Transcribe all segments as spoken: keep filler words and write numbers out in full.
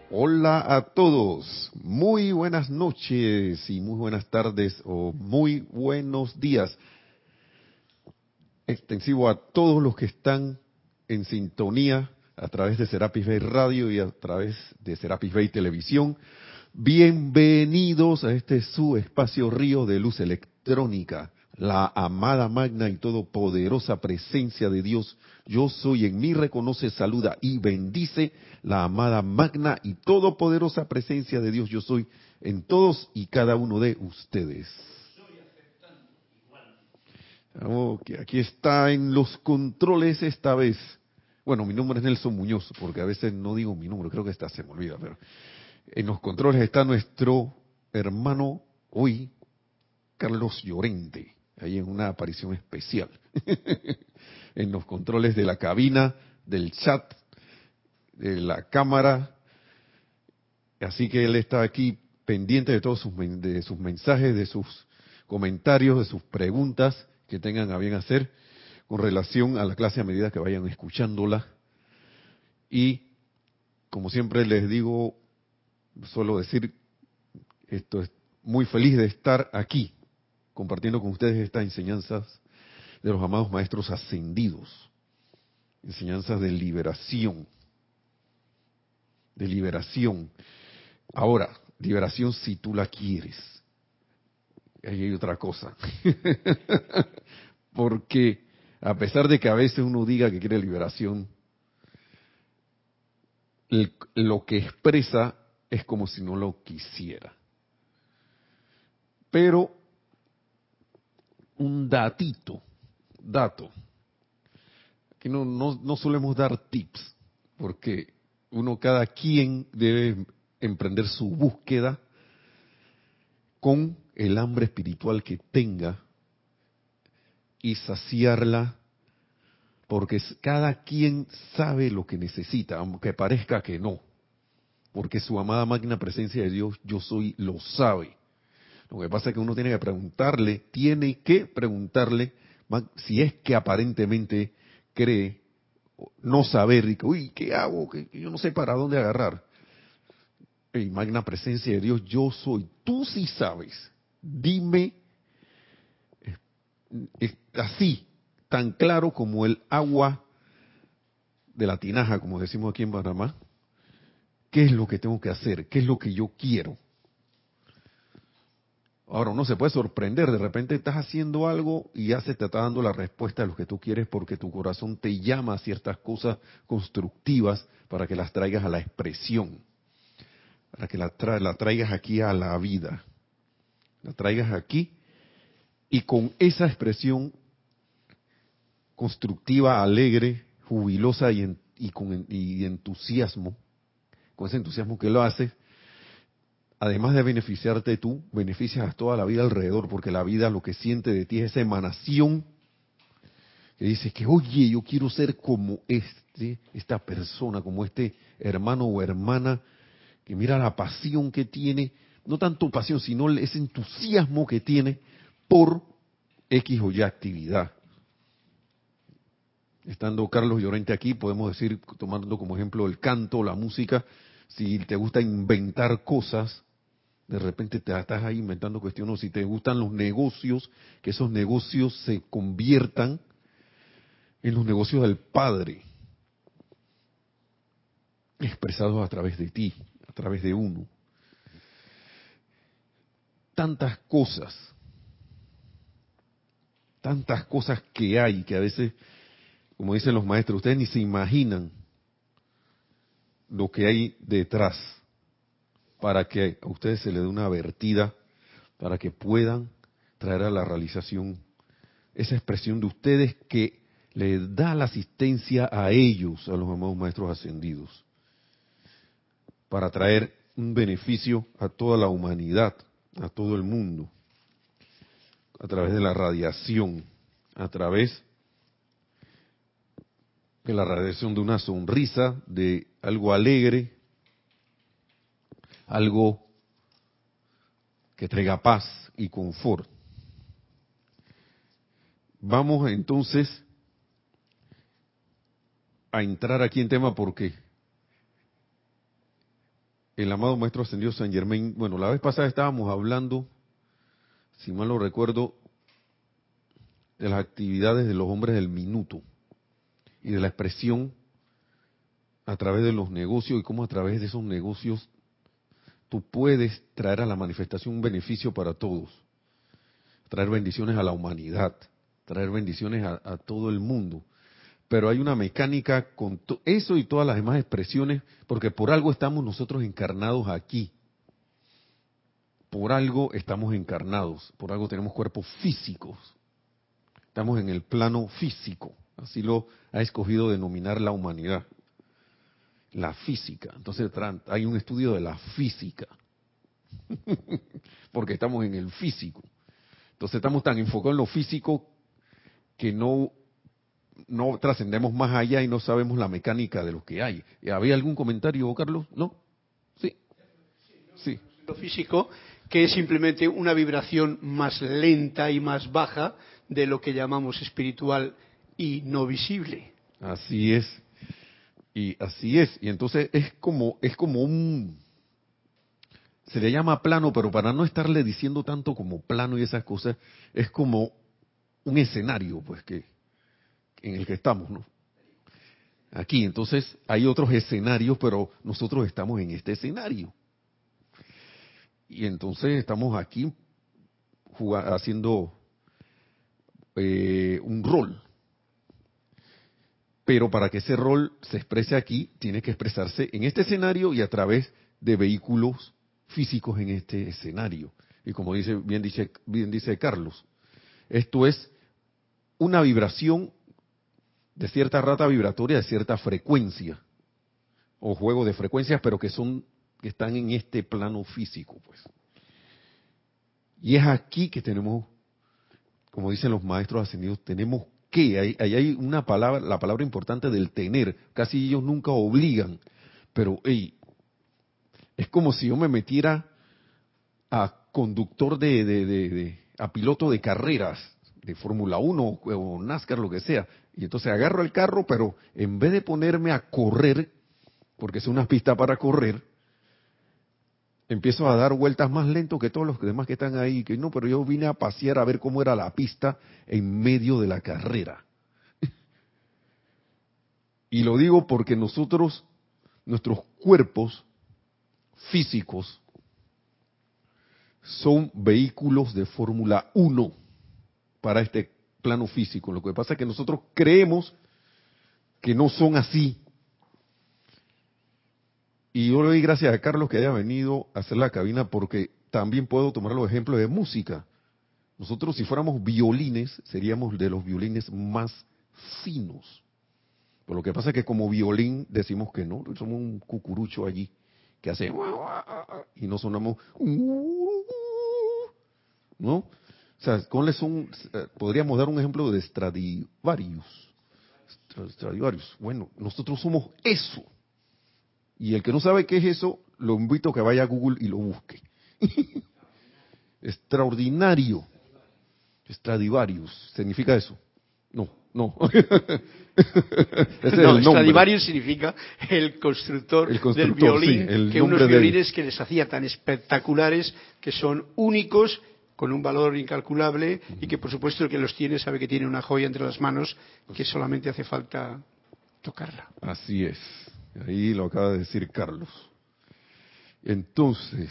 Hola a todos, muy buenas noches y muy buenas tardes o muy buenos días. Extensivo a todos los que están en sintonía a través de Serapis Bay Radio y a través de Serapis Bay Televisión. Bienvenidos a este su espacio río de luz electrónica, la amada magna y todopoderosa presencia de Dios. Yo soy en mí, reconoce, saluda y bendice la amada magna y todopoderosa presencia de Dios. Yo soy en todos y cada uno de ustedes. Ok, aquí está en los controles esta vez. Bueno, mi nombre es Nelson Muñoz, porque a veces no digo mi número, creo que esta se me olvida, pero en los controles está nuestro hermano hoy, Carlos Llorente, ahí en una aparición especial. En los controles de la cabina, del chat, de la cámara. Así que él está aquí pendiente de todos sus, de sus mensajes, de sus comentarios, de sus preguntas que tengan a bien hacer con relación a la clase a medida que vayan escuchándola. Y como siempre les digo, suelo decir, esto es muy feliz de estar aquí compartiendo con ustedes estas enseñanzas de los amados maestros ascendidos, enseñanzas de liberación, de liberación. Ahora, liberación si tú la quieres. Ahí hay otra cosa. Porque a pesar de que a veces uno diga que quiere liberación, el, lo que expresa es como si no lo quisiera. Pero un datito, dato, que no, no, no solemos dar tips, porque uno, cada quien debe emprender su búsqueda con el hambre espiritual que tenga y saciarla, porque cada quien sabe lo que necesita, aunque parezca que no, porque su amada magna presencia de Dios, yo soy, lo sabe. Lo que pasa es que uno tiene que preguntarle, tiene que preguntarle si es que aparentemente cree no saber, y que, uy, ¿qué hago? Que yo no sé para dónde agarrar. Hey, magna presencia de Dios, yo soy, tú sí sabes. Dime eh, así, tan claro como el agua de la tinaja, como decimos aquí en Panamá, ¿qué es lo que tengo que hacer? ¿Qué es lo que yo quiero? Ahora uno se puede sorprender, de repente estás haciendo algo y ya se te está dando la respuesta a lo que tú quieres porque tu corazón te llama a ciertas cosas constructivas para que las traigas a la expresión, para que la, tra la traigas aquí a la vida, la traigas aquí y con esa expresión constructiva, alegre, jubilosa y, en, y con y entusiasmo, con ese entusiasmo que lo haces, además de beneficiarte tú, beneficias a toda la vida alrededor, porque la vida lo que siente de ti es esa emanación que dice que, oye, yo quiero ser como este, esta persona, como este hermano o hermana, que mira la pasión que tiene, no tanto pasión, sino ese entusiasmo que tiene por X o Y actividad. Estando Carlos Llorente aquí, podemos decir, tomando como ejemplo el canto, la música, si te gusta inventar cosas, de repente te estás ahí inventando cuestiones, o si te gustan los negocios, que esos negocios se conviertan en los negocios del Padre, expresados a través de ti, a través de uno. Tantas cosas, tantas cosas que hay, que a veces, como dicen los maestros, ustedes ni se imaginan lo que hay detrás para que a ustedes se les dé una vertida, para que puedan traer a la realización esa expresión de ustedes que le da la asistencia a ellos, a los amados maestros ascendidos, para traer un beneficio a toda la humanidad, a todo el mundo, a través de la radiación, a través de la radiación de una sonrisa, de algo alegre, algo que traiga paz y confort. Vamos entonces a entrar aquí en tema porque el amado Maestro Ascendido Saint Germain, bueno, la vez pasada estábamos hablando, si mal no recuerdo, de las actividades de los hombres del minuto y de la expresión a través de los negocios y cómo a través de esos negocios tú puedes traer a la manifestación un beneficio para todos, traer bendiciones a la humanidad, traer bendiciones a, a todo el mundo. Pero hay una mecánica con eso y todas las demás expresiones, porque por algo estamos nosotros encarnados aquí. Por algo estamos encarnados, por algo tenemos cuerpos físicos. Estamos en el plano físico, así lo ha escogido denominar la humanidad. La física. Entonces hay un estudio de la física, porque estamos en el físico. Entonces estamos tan enfocados en lo físico que no, no trascendemos más allá y no sabemos la mecánica de lo que hay. ¿Había algún comentario, Carlos? ¿No? Sí. Sí. Lo físico, que es simplemente una vibración más lenta y más baja de lo que llamamos espiritual y no visible. Así es. Y así es. Y entonces es como, es como un, se le llama plano, pero para no estarle diciendo tanto como plano y esas cosas, es como un escenario, pues, que en el que estamos, ¿no? Aquí, entonces, hay otros escenarios, pero nosotros estamos en este escenario. Y entonces estamos aquí jugando, haciendo eh, un rol. Pero para que ese rol se exprese aquí, tiene que expresarse en este escenario y a través de vehículos físicos en este escenario. Y como dice bien dice, bien dice Carlos, esto es una vibración de cierta rata vibratoria, de cierta frecuencia, o juego de frecuencias, pero que son, que están en este plano físico, pues. Y es aquí que tenemos, como dicen los maestros ascendidos, tenemos que, ahí, ahí hay una palabra, la palabra importante del tener, casi ellos nunca obligan, pero hey, es como si yo me metiera a conductor de, de, de, de a piloto de carreras, de Fórmula uno o NASCAR, lo que sea, y entonces agarro el carro, pero en vez de ponerme a correr, porque es una pista para correr, empiezo a dar vueltas más lento que todos los demás que están ahí, que no, pero yo vine a pasear a ver cómo era la pista en medio de la carrera. Y lo digo porque nosotros, nuestros cuerpos físicos, son vehículos de Fórmula uno para este plano físico. Lo que pasa es que nosotros creemos que no son así. Y yo le doy gracias a Carlos que haya venido a hacer la cabina, porque también puedo tomar los ejemplos de música. Nosotros, si fuéramos violines, seríamos de los violines más finos. Pero lo que pasa es que como violín decimos que no, somos un cucurucho allí que hace y no sonamos, ¿no? O sea, ¿cuáles son? Podríamos dar un ejemplo de Stradivarius. Stradivarius. Bueno, nosotros somos eso. Y el que no sabe qué es eso, lo invito a que vaya a Google y lo busque. Extraordinario. Stradivarius. ¿Significa eso? No, no. Ese no, es el Stradivarius significa el constructor, el constructor del violín, sí, el que unos nombre violines del... que les hacía tan espectaculares, que son únicos, con un valor incalculable, y que por supuesto el que los tiene sabe que tiene una joya entre las manos, que solamente hace falta tocarla. Así es. Ahí lo acaba de decir Carlos. Entonces,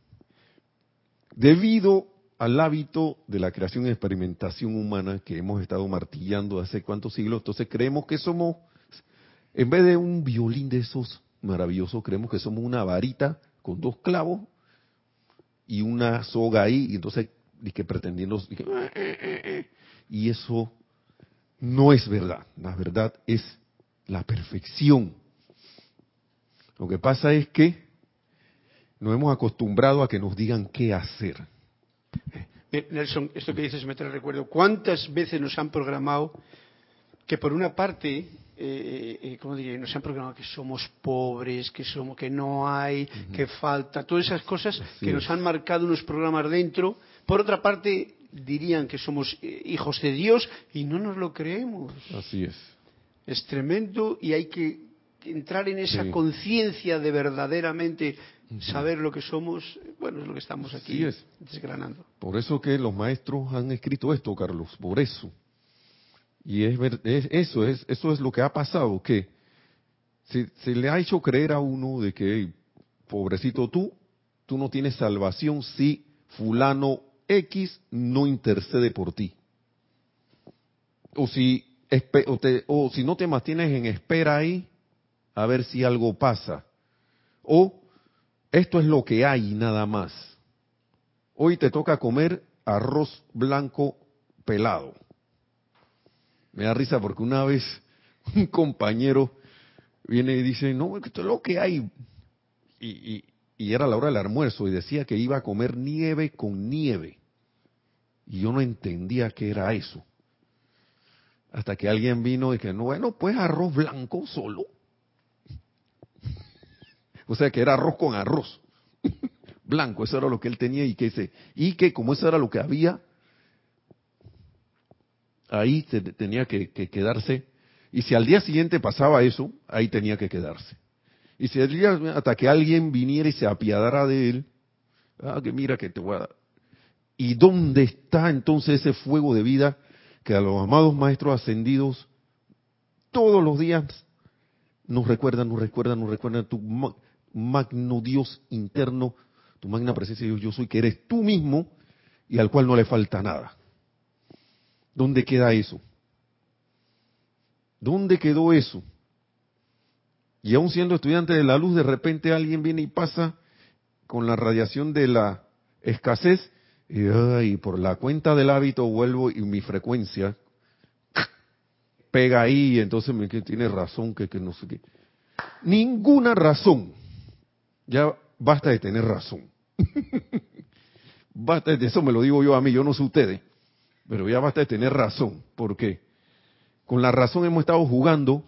debido al hábito de la creación y experimentación humana que hemos estado martillando hace cuántos siglos, entonces creemos que somos, en vez de un violín de esos maravillosos, creemos que somos una varita con dos clavos y una soga ahí, y entonces, y que pretendiendo, y, que, y eso no es verdad. La verdad es la perfección. Lo que pasa es que nos hemos acostumbrado a que nos digan qué hacer. Nelson, esto que dices me trae recuerdo. ¿Cuántas veces nos han programado que por una parte, eh, eh, ¿cómo diría? Nos han programado que somos pobres, que somos, que no hay, uh-huh. que falta, todas esas cosas Así que es. Nos han marcado unos programas dentro. Por otra parte, dirían que somos hijos de Dios y no nos lo creemos. Así es. Es tremendo y hay que entrar en esa Sí. conciencia de verdaderamente saber lo que somos, bueno, es lo que estamos aquí Sí es. desgranando. Por eso que los maestros han escrito esto, Carlos, por eso. Y es, ver- es eso, es eso es lo que ha pasado, que se, se le ha hecho creer a uno de que, "Hey, pobrecito tú, tú no tienes salvación si fulano X no intercede por ti. O si, espe- o, te- o si no te mantienes en espera ahí, a ver si algo pasa. O esto es lo que hay nada más. Hoy te toca comer arroz blanco pelado. Me da risa porque una vez un compañero viene y dice, no, esto es lo que hay. Y, y, y era la hora del almuerzo y decía que iba a comer nieve con nieve. Y yo no entendía qué era eso. Hasta que alguien vino y que, no, bueno, pues arroz blanco solo. O sea que era arroz con arroz. Blanco, eso era lo que él tenía y que se, y que como eso era lo que había, ahí se tenía que, que quedarse. Y si al día siguiente pasaba eso, ahí tenía que quedarse. Y si el día, hasta que alguien viniera y se apiadara de él, ah, que mira que te voy a dar. ¿Y dónde está entonces ese fuego de vida que a los amados maestros ascendidos todos los días nos recuerdan, nos recuerdan, nos recuerdan tu ma- magno Dios interno, tu magna presencia de Dios, yo soy, que eres tú mismo y al cual no le falta nada? ¿Dónde queda eso? ¿Dónde quedó eso? Y aún siendo estudiante de la luz, de repente alguien viene y pasa con la radiación de la escasez, y ay, por la cuenta del hábito vuelvo y mi frecuencia pega ahí, y entonces me que tiene razón, que, que no sé qué. Ninguna razón. Ya basta de tener razón. Basta de eso, me lo digo yo a mí, yo no sé ustedes, pero ya basta de tener razón. ¿Por qué? Con la razón hemos estado jugando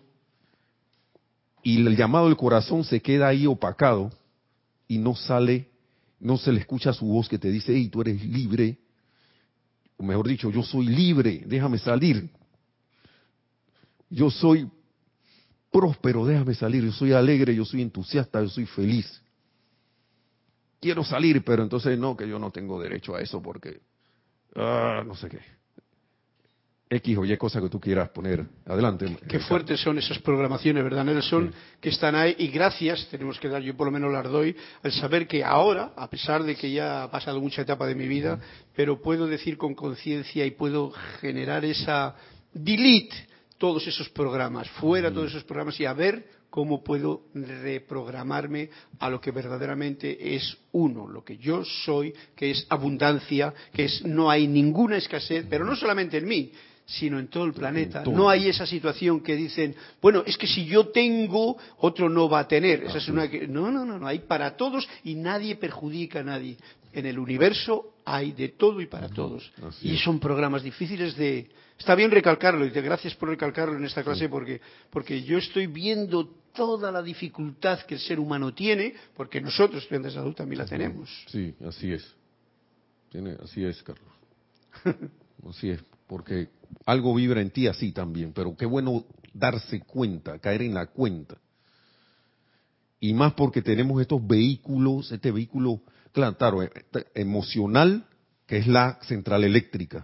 y el llamado del corazón se queda ahí opacado y no sale, no se le escucha su voz que te dice, hey, tú eres libre, o mejor dicho, yo soy libre, déjame salir. Yo soy próspero, déjame salir. Yo soy alegre, yo soy entusiasta, yo soy feliz. Quiero salir, pero entonces no, que yo no tengo derecho a eso porque, ah, no sé qué. X o Y cosa que tú quieras poner. Adelante. Qué eh, Carlos. fuertes son esas programaciones, ¿verdad, Nelson? Sí. Que están ahí y gracias, tenemos que dar, yo por lo menos las doy, al saber que ahora, a pesar de que ya ha pasado mucha etapa de mi vida, pero puedo decir con conciencia y puedo generar esa delete todos esos programas, fuera todos esos programas y a ver cómo puedo reprogramarme a lo que verdaderamente es uno, lo que yo soy, que es abundancia, que es no hay ninguna escasez, pero no solamente en mí, sino en todo el planeta. todo. No hay esa situación que dicen, bueno, es que si yo tengo, otro no va a tener. Esa es Así una es. que no, no, no, no, hay para todos y nadie perjudica a nadie. En el universo hay de todo y para todos. Así Y es. son programas difíciles de. Está bien recalcarlo y te gracias por recalcarlo en esta clase Sí. porque porque yo estoy viendo toda la dificultad que el ser humano tiene, porque nosotros estudiantes de salud también la tenemos. Sí, así es. Tiene, así es, Carlos. Así es, porque algo vibra en ti así también, pero qué bueno darse cuenta, caer en la cuenta. Y más porque tenemos estos vehículos, este vehículo, claro, claro, eh, emocional, que es la central eléctrica.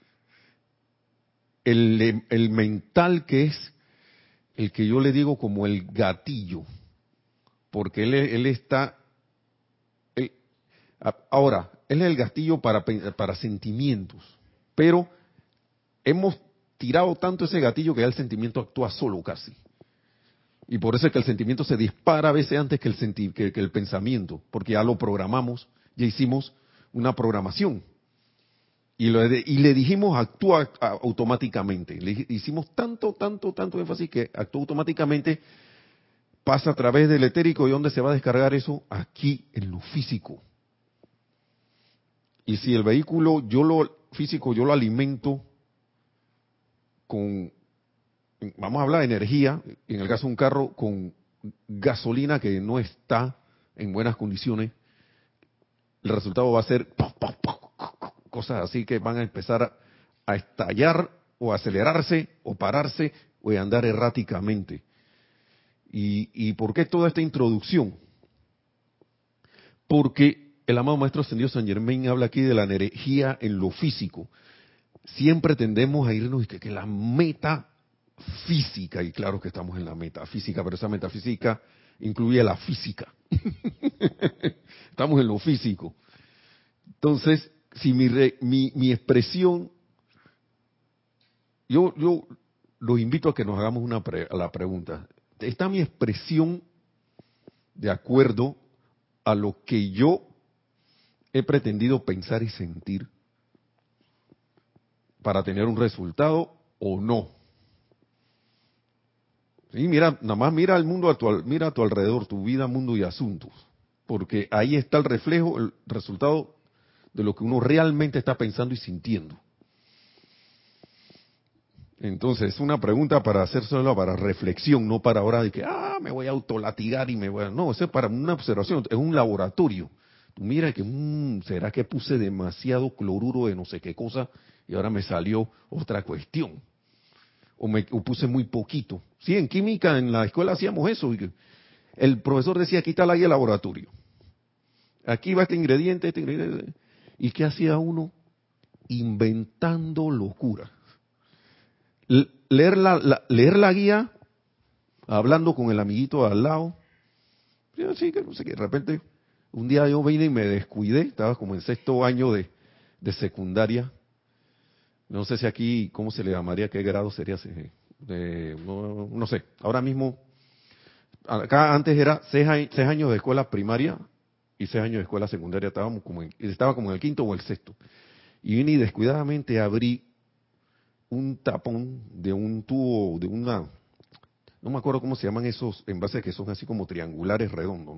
El, el mental, que es el que yo le digo como el gatillo, porque él, él está, él- a- ahora, él es el gatillo para, pe- para sentimientos, pero hemos tirado tanto ese gatillo que ya el sentimiento actúa solo casi. Y por eso es que el sentimiento se dispara a veces antes que el, senti que, que el pensamiento, porque ya lo programamos, ya hicimos una programación. Y, lo de- y le dijimos actúa a- automáticamente. Le hicimos tanto, tanto, tanto énfasis que actúa automáticamente, pasa a través del etérico. ¿Y dónde se va a descargar eso? Aquí, en lo físico. Y si el vehículo, yo lo físico, yo lo alimento con, vamos a hablar de energía, en el caso de un carro, con gasolina que no está en buenas condiciones, el resultado va a ser cosas así que van a empezar a, a estallar o a acelerarse o pararse o a andar erráticamente. ¿Y, y por qué toda esta introducción? Porque el amado Maestro Ascendido Saint Germain habla aquí de la energía en lo físico. Siempre tendemos a irnos y que, que la meta física, y claro que estamos en la metafísica, pero esa metafísica incluye la física. Estamos en lo físico. Entonces, si mi, re, mi, mi expresión, yo, yo los invito a que nos hagamos una pre, a la pregunta, ¿está mi expresión de acuerdo a lo que yo he pretendido pensar y sentir para tener un resultado o no? Sí, mira, nada más mira el mundo a tu, mira a tu alrededor, tu vida, mundo y asuntos, porque ahí está el reflejo, el resultado de lo que uno realmente está pensando y sintiendo. Entonces, es una pregunta para hacérselo para reflexión, no para ahora de que, ah, me voy a autolatigar y me voy a... No, eso es para una observación, es un laboratorio. Tú mira que, mmm, ¿será que puse demasiado cloruro de no sé qué cosa y ahora me salió otra cuestión? O me o puse muy poquito. Sí, en química, en la escuela hacíamos eso. Y el profesor decía, aquí está la guía de laboratorio. Aquí va este ingrediente, este ingrediente. ¿Y qué hacía uno? Inventando locura. Leer la, la, leer la guía, hablando con el amiguito al lado. Yo, sí, que no sé qué. De repente, un día yo vine y me descuidé. Estaba como en sexto año de, de secundaria. No sé si aquí, ¿cómo se le llamaría? ¿Qué grado sería? De, no, no sé. Ahora mismo, acá antes era seis, seis años de escuela primaria y seis años de escuela secundaria. Estábamos como en, estaba como en el quinto o el sexto. Y vine y descuidadamente abrí un tapón de un tubo, de una, no me acuerdo cómo se llaman esos envases que son así como triangulares redondos,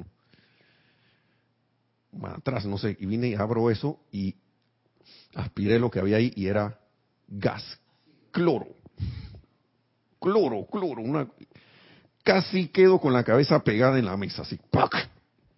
¿no? Atrás, no sé, y vine y abro eso y aspiré lo que había ahí y era gas, cloro, cloro, cloro, una, casi quedo con la cabeza pegada en la mesa, así, ¡pac!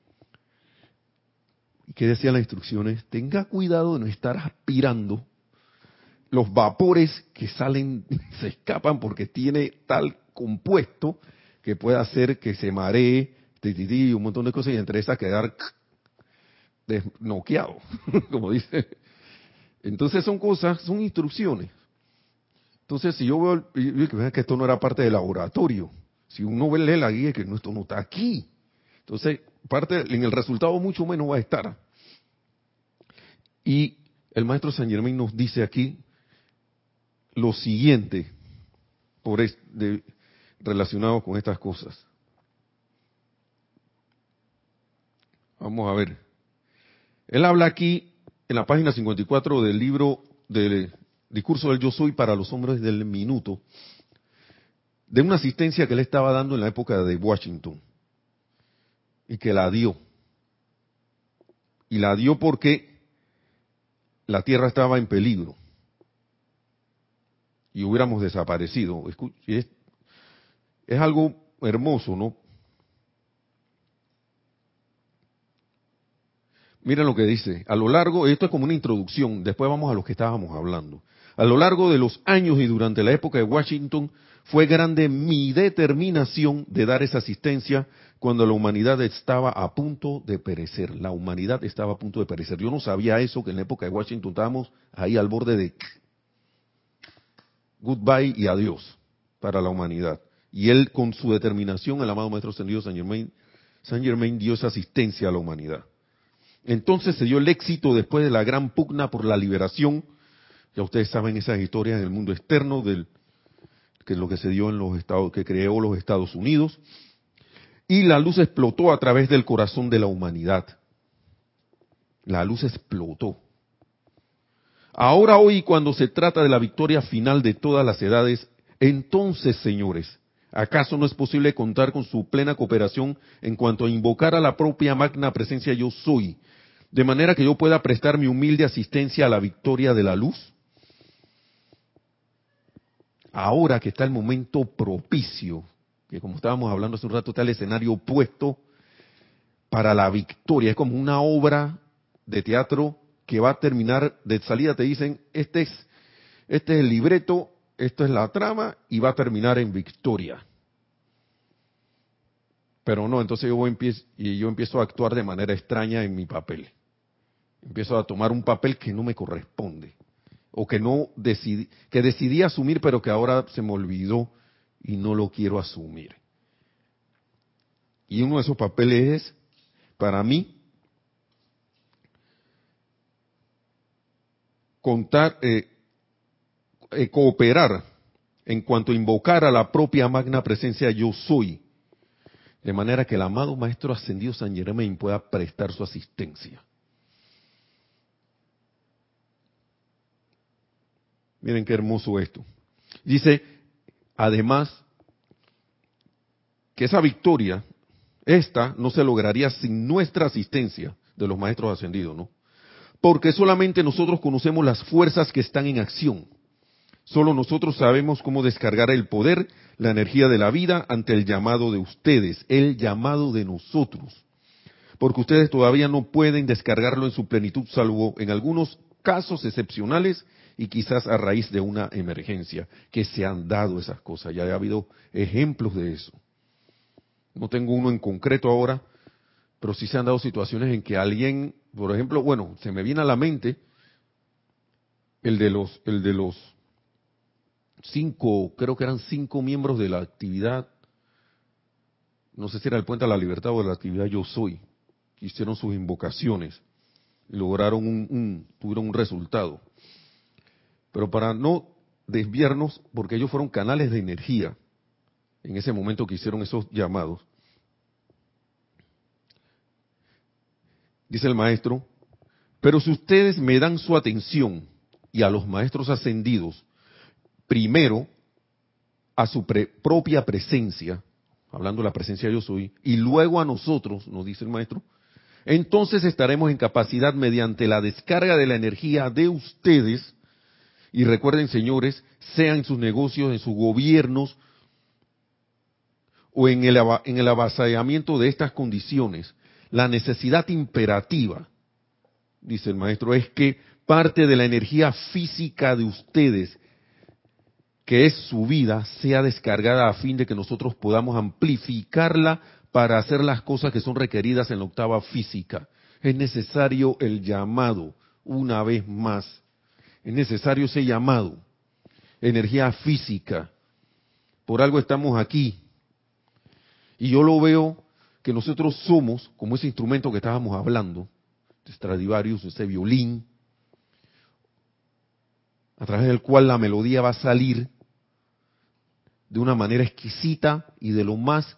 ¿Y qué decían las instrucciones? Tenga cuidado de no estar aspirando los vapores que salen, se escapan porque tiene tal compuesto que puede hacer que se maree, y un montón de cosas, y entre esas quedar desnoqueado, como dice. Entonces son cosas, son instrucciones. Entonces si yo veo yo, que esto no era parte del laboratorio, si uno lee la guía que no, esto no está aquí, entonces parte en el resultado mucho menos va a estar. Y el maestro Saint Germain nos dice aquí lo siguiente, por es, de, relacionado con estas cosas. Vamos a ver. Él habla aquí en la página cincuenta y cuatro del libro del Discurso del Yo Soy para los hombres del minuto, de una asistencia que él estaba dando en la época de Washington y que la dio. Y la dio porque la Tierra estaba en peligro y hubiéramos desaparecido. Es, es algo hermoso, ¿no? Miren lo que dice, a lo largo, esto es como una introducción, después vamos a lo que estábamos hablando. A lo largo de los años y durante la época de Washington, fue grande mi determinación de dar esa asistencia cuando la humanidad estaba a punto de perecer. La humanidad estaba a punto de perecer. Yo no sabía eso, que en la época de Washington estábamos ahí al borde de goodbye y adiós para la humanidad. Y él, con su determinación, el amado Maestro Ascendido Saint Germain, Saint Germain dio esa asistencia a la humanidad. Entonces se dio el éxito después de la gran pugna por la liberación. Ya ustedes saben esas historias en el mundo externo, del, que es lo que se dio en los Estados, que creó los Estados Unidos. Y la luz explotó a través del corazón de la humanidad. La luz explotó. Ahora hoy, cuando se trata de la victoria final de todas las edades, entonces, señores, ¿acaso no es posible contar con su plena cooperación en cuanto a invocar a la propia magna presencia yo soy, de manera que yo pueda prestar mi humilde asistencia a la victoria de la luz? Ahora que está el momento propicio, que como estábamos hablando hace un rato, está el escenario puesto para la victoria. Es como una obra de teatro que va a terminar, de salida te dicen, este es, este es el libreto, esto es la trama, y va a terminar en victoria. Pero no, entonces yo voy empiezo, y yo empiezo a actuar de manera extraña en mi papel. Empiezo a tomar un papel que no me corresponde, o que no decidí, que decidí asumir, pero que ahora se me olvidó y no lo quiero asumir. Y uno de esos papeles es, para mí, contar, eh, eh, cooperar en cuanto a invocar a la propia magna presencia yo soy, de manera que el amado Maestro Ascendido San Germain pueda prestar su asistencia. Miren qué hermoso esto. Dice, además, que esa victoria, esta no se lograría sin nuestra asistencia de los Maestros Ascendidos, ¿no? Porque solamente nosotros conocemos las fuerzas que están en acción. Solo nosotros sabemos cómo descargar el poder, la energía de la vida ante el llamado de ustedes, el llamado de nosotros. Porque ustedes todavía no pueden descargarlo en su plenitud, salvo en algunos casos excepcionales y quizás a raíz de una emergencia, que se han dado esas cosas. Ya ha habido ejemplos de eso. No tengo uno en concreto ahora, pero sí se han dado situaciones en que alguien, por ejemplo, bueno, se me viene a la mente el de los, el de los cinco, creo que eran cinco miembros de la actividad, no sé si era el Puente a la Libertad o de la actividad Yo Soy, que hicieron sus invocaciones, y lograron un, un, tuvieron un resultado. Pero para no desviarnos, porque ellos fueron canales de energía en ese momento que hicieron esos llamados, dice el maestro, pero si ustedes me dan su atención y a los maestros ascendidos, primero a su pre propia presencia, hablando de la presencia yo soy, y luego a nosotros, nos dice el maestro, entonces estaremos en capacidad mediante la descarga de la energía de ustedes, y recuerden señores, sea en sus negocios, en sus gobiernos, o en el, en el avasallamiento de estas condiciones, la necesidad imperativa, dice el maestro, es que parte de la energía física de ustedes, que es su vida, sea descargada a fin de que nosotros podamos amplificarla para hacer las cosas que son requeridas en la octava física. Es necesario el llamado, una vez más. Es necesario ese llamado. Energía física. Por algo estamos aquí. Y yo lo veo que nosotros somos, como ese instrumento que estábamos hablando, de Stradivarius, ese violín, a través del cual la melodía va a salir de una manera exquisita y de lo más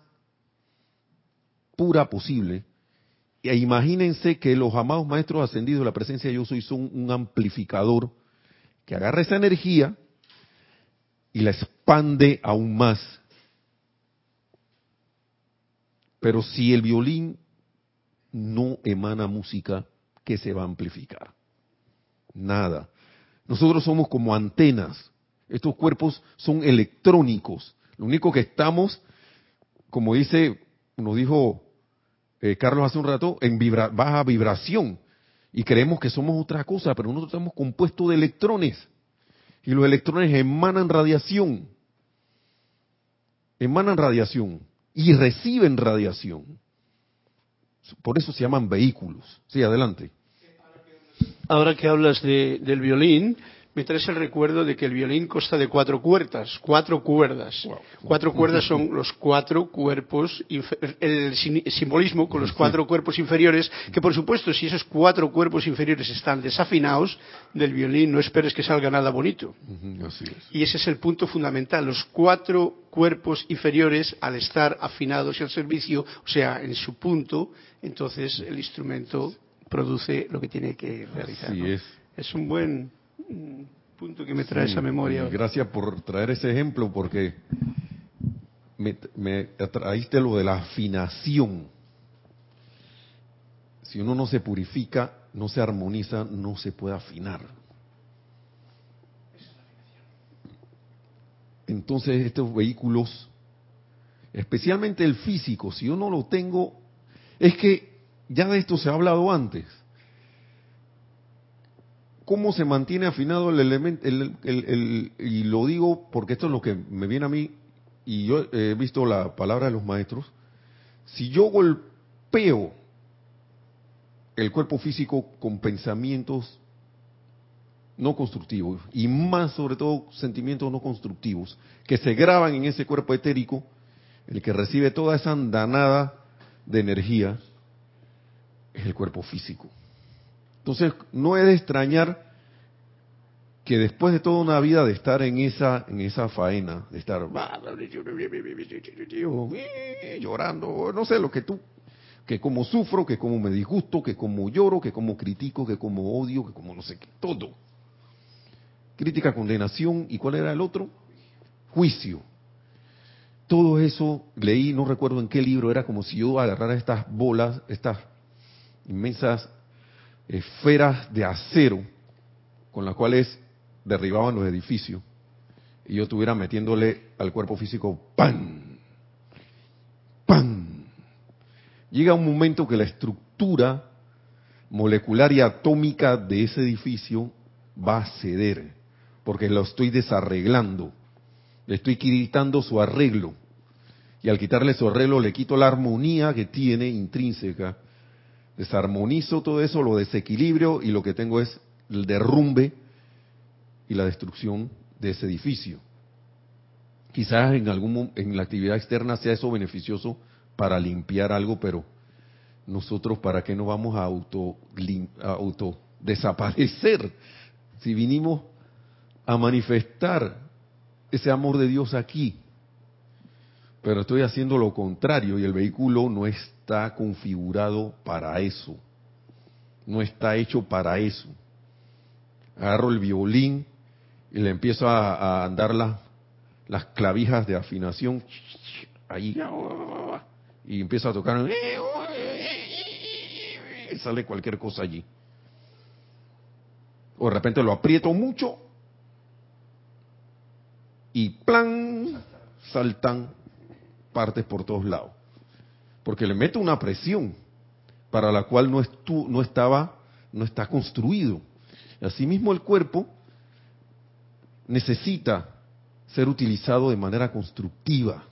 pura posible. E imagínense que los amados maestros ascendidos de la presencia de Yo Soy son un amplificador que agarra esa energía y la expande aún más. Pero si el violín no emana música, ¿qué se va a amplificar? Nada. Nosotros somos como antenas. Estos cuerpos son electrónicos. Lo único que estamos, como dice, nos dijo eh, Carlos hace un rato, en vibra, baja vibración. Y creemos que somos otra cosa, pero nosotros estamos compuestos de electrones. Y los electrones emanan radiación. Emanan radiación. Y reciben radiación. Por eso se llaman vehículos. Sí, adelante. Ahora que hablas de, del violín, me traes el recuerdo de que el violín consta de cuatro cuerdas, cuatro cuerdas. Wow. Cuatro cuerdas son los cuatro cuerpos, el simbolismo con los cuatro cuerpos inferiores, que por supuesto si esos cuatro cuerpos inferiores están desafinados, del violín no esperes que salga nada bonito. Así es. Y ese es el punto fundamental, los cuatro cuerpos inferiores al estar afinados y al servicio, o sea, en su punto, entonces el instrumento produce lo que tiene que realizar. Así ¿no? es. Es un buen un punto que me trae sí, esa memoria. Gracias por traer ese ejemplo, porque me, me traíste lo de la afinación. Si uno no se purifica, no se armoniza, no se puede afinar. Entonces estos vehículos, especialmente el físico, si yo no lo tengo, es que ya de esto se ha hablado antes. ¿Cómo se mantiene afinado el elemento? El, el, el, y lo digo porque esto es lo que me viene a mí, y yo he visto la palabra de los maestros, Si yo golpeo el cuerpo físico con pensamientos no constructivos, y más sobre todo sentimientos no constructivos, que se graban en ese cuerpo etérico, el que recibe toda esa andanada de energía es el cuerpo físico. Entonces, no es de extrañar que después de toda una vida de estar en esa en esa faena, de estar llorando, no sé, lo que tú, que como sufro, que como me disgusto, que como lloro, que como critico, que como odio, que como no sé qué, todo. Crítica, condenación, ¿y cuál era el otro? Juicio. Todo eso leí, no recuerdo en qué libro, era como si yo agarrara estas bolas, estas inmensas esferas de acero con las cuales derribaban los edificios, y yo estuviera metiéndole al cuerpo físico ¡pam! ¡pam! Llega un momento que la estructura molecular y atómica de ese edificio va a ceder, porque lo estoy desarreglando, le estoy quitando su arreglo, y al quitarle su arreglo le quito la armonía que tiene intrínseca, desarmonizo todo eso, lo desequilibrio, y lo que tengo es el derrumbe y la destrucción de ese edificio. Quizás en algún en la actividad externa sea eso beneficioso para limpiar algo, pero nosotros, ¿para qué nos vamos a auto a auto desaparecer si vinimos a manifestar ese amor de Dios aquí? Pero estoy haciendo lo contrario, y el vehículo no está configurado para eso, no está hecho para eso. Agarro el violín y le empiezo a, a andar las, las clavijas de afinación ahí, y empiezo a tocar y sale cualquier cosa allí. O de repente lo aprieto mucho y plan, saltan partes por todos lados, porque le meto una presión para la cual no, estu, no estaba, no está construido. Asimismo, el cuerpo necesita ser utilizado de manera constructiva.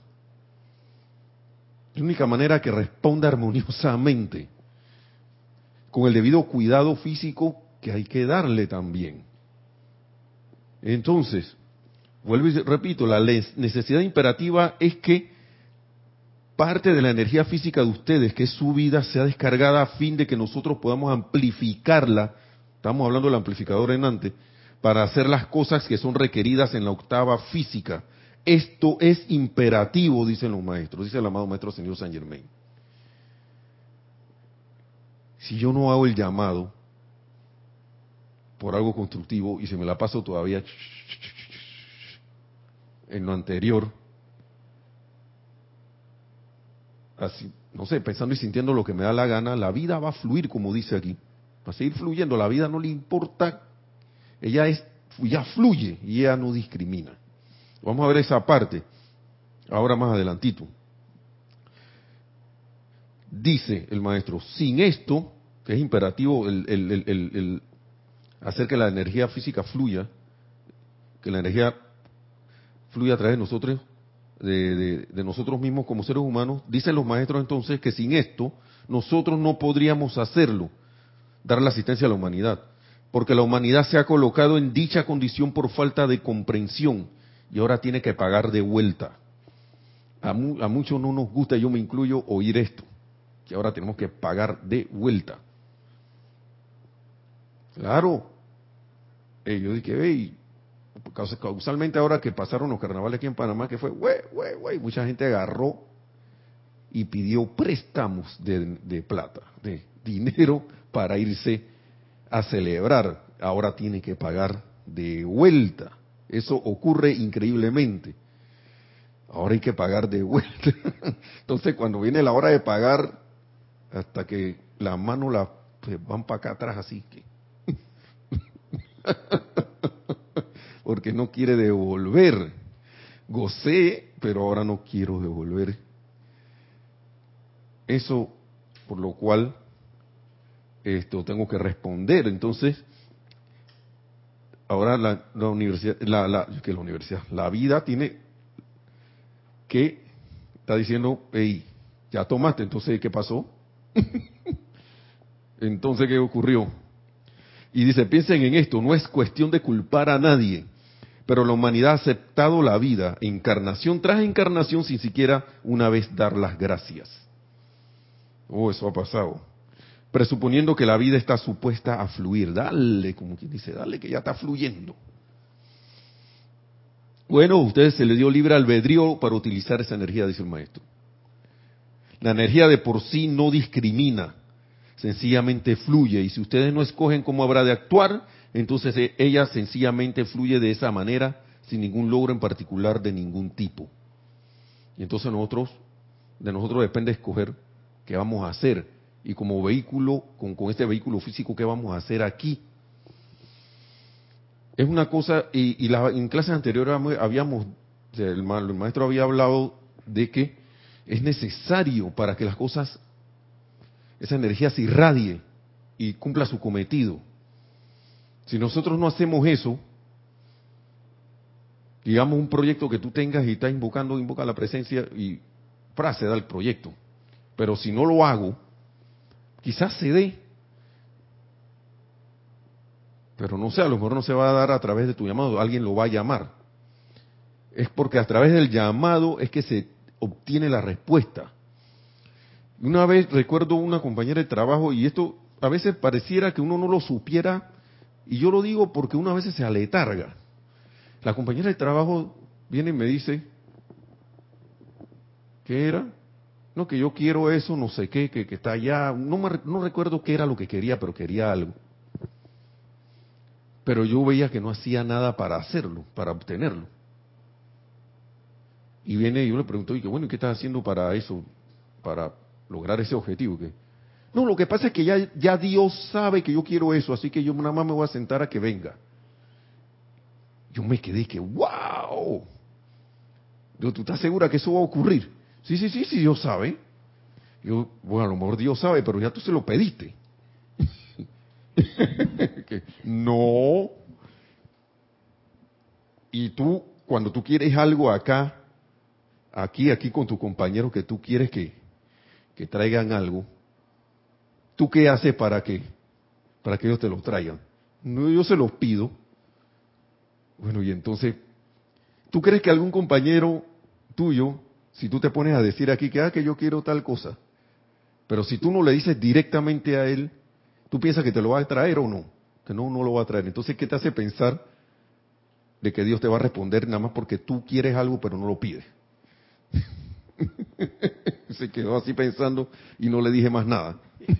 La única manera que responda armoniosamente, con el debido cuidado físico que hay que darle también. Entonces, vuelvo y repito, la necesidad imperativa es que parte de la energía física de ustedes, que es su vida, sea descargada a fin de que nosotros podamos amplificarla. Estamos hablando del amplificador enante, para hacer las cosas que son requeridas en la octava física. Esto es imperativo, dicen los maestros, dice el amado maestro señor Saint Germain. Si yo no hago el llamado por algo constructivo y se me la paso todavía en lo anterior, así, no sé, pensando y sintiendo lo que me da la gana, la vida va a fluir, como dice aquí, va a seguir fluyendo. La vida no le importa, ella es, ya fluye y ella no discrimina. Vamos a ver esa parte ahora más adelantito. Dice el maestro, sin esto, que es imperativo el, el, el, el, el hacer que la energía física fluya, que la energía fluya a través de nosotros, de, de, de nosotros mismos como seres humanos, dicen los maestros entonces que sin esto nosotros no podríamos hacerlo, dar la asistencia a la humanidad, porque la humanidad se ha colocado en dicha condición por falta de comprensión y ahora tiene que pagar de vuelta. A, mu, a muchos no nos gusta, yo me incluyo, oír esto, que ahora tenemos que pagar de vuelta. Claro, eh, yo dije, hey, causalmente ahora que pasaron los carnavales aquí en Panamá, que fue, güey, güey, güey, mucha gente agarró y pidió préstamos de, de plata, de dinero para irse a celebrar. Ahora tiene que pagar de vuelta. Eso ocurre increíblemente. Ahora hay que pagar de vuelta. Entonces, cuando viene la hora de pagar, hasta que las manos la, pues, van para acá atrás, así que... porque no quiere devolver. Gocé, pero ahora no quiero devolver. Eso, por lo cual, esto tengo que responder. Entonces, ahora la, la universidad, la, la, que la universidad, la vida tiene que, está diciendo, hey, Ya tomaste, entonces, ¿qué pasó? Entonces, ¿qué ocurrió? Y dice, piensen en esto, no es cuestión de culpar a nadie, pero la humanidad ha aceptado la vida, encarnación tras encarnación, sin siquiera una vez dar las gracias. Oh, eso ha pasado. Presuponiendo que la vida está supuesta a fluir. Dale, como quien dice, dale que ya está fluyendo. Bueno, a ustedes se les dio libre albedrío para utilizar esa energía, dice el maestro. La energía de por sí no discrimina, sencillamente fluye. Y si ustedes no escogen cómo habrá de actuar, entonces ella sencillamente fluye de esa manera, sin ningún logro en particular de ningún tipo. Y entonces nosotros, de nosotros depende escoger qué vamos a hacer. Y como vehículo, con, con este vehículo físico, ¿qué vamos a hacer aquí? Es una cosa, y, y la, en clases anteriores habíamos, el, el maestro había hablado de que es necesario para que las cosas, esa energía se irradie y cumpla su cometido. Si nosotros no hacemos eso, digamos un proyecto que tú tengas y estás invocando, invoca la presencia y frase da el proyecto. Pero si no lo hago, quizás se dé, pero no sé, a lo mejor no se va a dar a través de tu llamado, alguien lo va a llamar. Es porque a través del llamado es que se obtiene la respuesta. Una vez recuerdo una compañera de trabajo, y esto a veces pareciera que uno no lo supiera, y yo lo digo porque uno a veces se aletarga. La compañera de trabajo viene y me dice, ¿qué era? No, que yo quiero eso, no sé qué, que, que está allá. No, me, no recuerdo qué era lo que quería, pero quería algo. Pero yo veía que no hacía nada para hacerlo, para obtenerlo. Y viene y yo le pregunto, y que bueno, ¿y qué estás haciendo para eso, para lograr ese objetivo? ¿Qué? No, lo que pasa es que ya, ya Dios sabe que yo quiero eso, así que yo nada más me voy a sentar a que venga. Yo me quedé que, wow. Yo, ¿tú estás segura que eso va a ocurrir? Sí, sí, sí, sí, Dios sabe. Yo, bueno, a lo mejor Dios sabe, pero ya tú se lo pediste. Que, no. Y tú, cuando tú quieres algo acá, aquí, aquí con tu compañero, que tú quieres que, que traigan algo, ¿tú qué haces para que, para que ellos te lo traigan? No, yo se los pido. Bueno, y entonces, ¿tú crees que algún compañero tuyo, si tú te pones a decir aquí que, ah, que yo quiero tal cosa, pero si tú no le dices directamente a él, ¿tú piensas que te lo va a traer o no? Que no, no lo va a traer. Entonces, ¿qué te hace pensar de que Dios te va a responder nada más porque tú quieres algo pero no lo pides? Se quedó así pensando y no le dije más nada.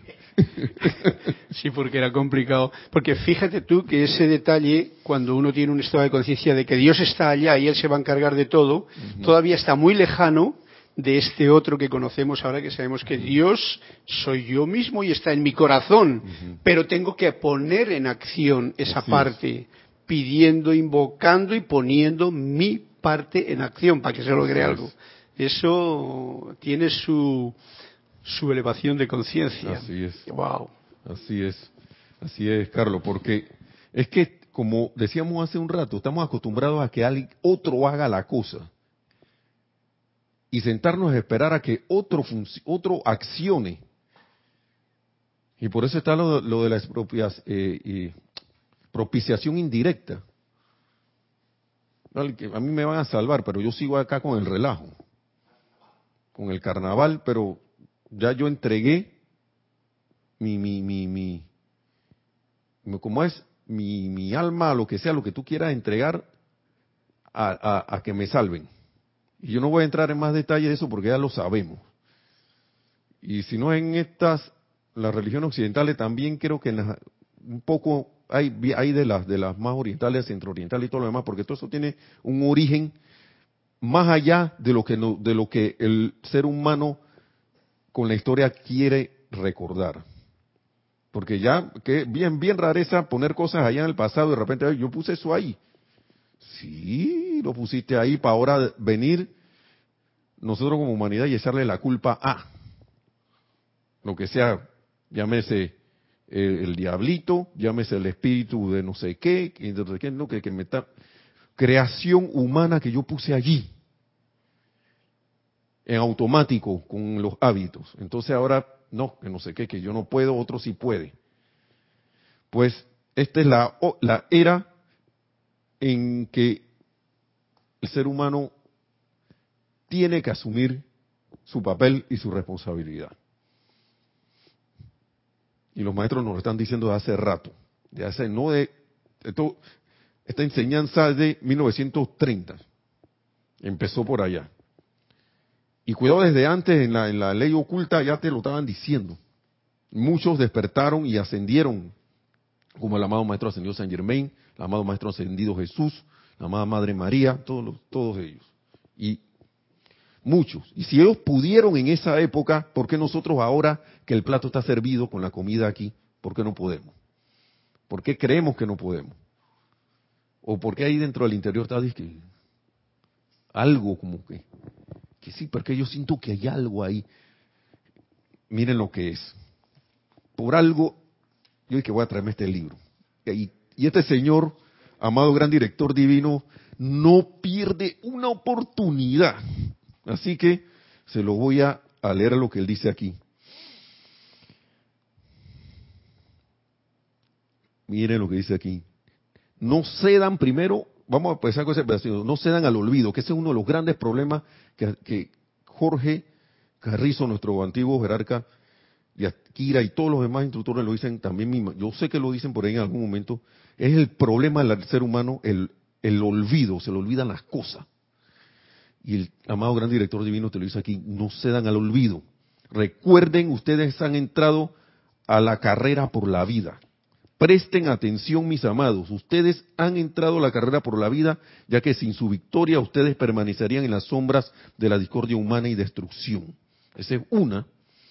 Sí, porque era complicado. Porque fíjate tú que ese detalle, cuando uno tiene un estado de conciencia de que Dios está allá y Él se va a encargar de todo, uh-huh, todavía está muy lejano de este otro que conocemos ahora, que sabemos que uh-huh, Dios soy yo mismo y está en mi corazón, uh-huh, pero tengo que poner en acción esa Así parte, es. pidiendo, invocando y poniendo mi parte en acción para que se logre Así algo. Es. Eso tiene su su elevación de conciencia. Así es. Wow. Así es. Así es, Carlos, porque es que, como decíamos hace un rato, estamos acostumbrados a que alguien, otro haga la cosa. Y sentarnos a esperar a que otro, otro accione. Y por eso está lo, lo de la expropiación, eh, eh, propiciación indirecta. A mí me van a salvar, pero yo sigo acá con el relajo. Con el carnaval, pero ya yo entregué mi, mi, mi, mi, como es, mi, mi alma, lo que sea, lo que tú quieras entregar a, a, a que me salven. Y yo no voy a entrar en más detalle de eso porque ya lo sabemos. Y si no en estas, las religiones occidentales también creo que en las, un poco hay, hay de las de las más orientales, centroorientales y todo lo demás, porque todo eso tiene un origen más allá de lo que no, de lo que el ser humano con la historia quiere recordar. Porque ya, que bien, bien rareza poner cosas allá en el pasado y de repente, ay, yo puse eso ahí. Sí, lo pusiste ahí para ahora venir nosotros como humanidad y echarle la culpa a lo que sea, llámese el, el diablito, llámese el espíritu de no sé qué, de no sé qué, no, que, que me está, creación humana que yo puse allí. en automático con los hábitos. Entonces ahora, no, que no sé qué, que yo no puedo, otro sí puede. Pues esta es la, la era en que el ser humano tiene que asumir su papel y su responsabilidad. Y los maestros nos lo están diciendo de hace rato, de hace, no de, esto, esta enseñanza de mil novecientos treinta, empezó por allá. Y cuidado, desde antes en la, en la ley oculta ya te lo estaban diciendo. Muchos despertaron y ascendieron, como el amado Maestro Ascendido Saint Germain, el amado Maestro Ascendido Jesús, la amada Madre María, todos, los, todos ellos. Y muchos. Y si ellos pudieron en esa época, ¿por qué nosotros ahora que el plato está servido con la comida aquí, por qué no podemos? ¿Por qué creemos que no podemos? ¿O por qué ahí dentro del interior está que algo como que, que sí, porque yo siento que hay algo ahí? Miren lo que es. Por algo, yo dije que voy a traerme este libro. Y, y este señor, amado gran director divino, no pierde una oportunidad. Así que se lo voy a, a leer lo que él dice aquí. Miren lo que dice aquí. No cedan primero, vamos a empezar con ese pedacito, no cedan al olvido, que ese es uno de los grandes problemas que, que Jorge Carrizo, nuestro antiguo jerarca, y Akira y todos los demás instructores lo dicen también mismo. Yo sé que lo dicen por ahí en algún momento. Es el problema del ser humano, el, el olvido, se le olvidan las cosas. Y el amado gran director divino te lo dice aquí, no cedan al olvido. Recuerden, ustedes han entrado a la carrera por la vida. Presten atención, mis amados, ustedes han entrado a la carrera por la vida, ya que sin su victoria ustedes permanecerían en las sombras de la discordia humana y destrucción. Esa es una.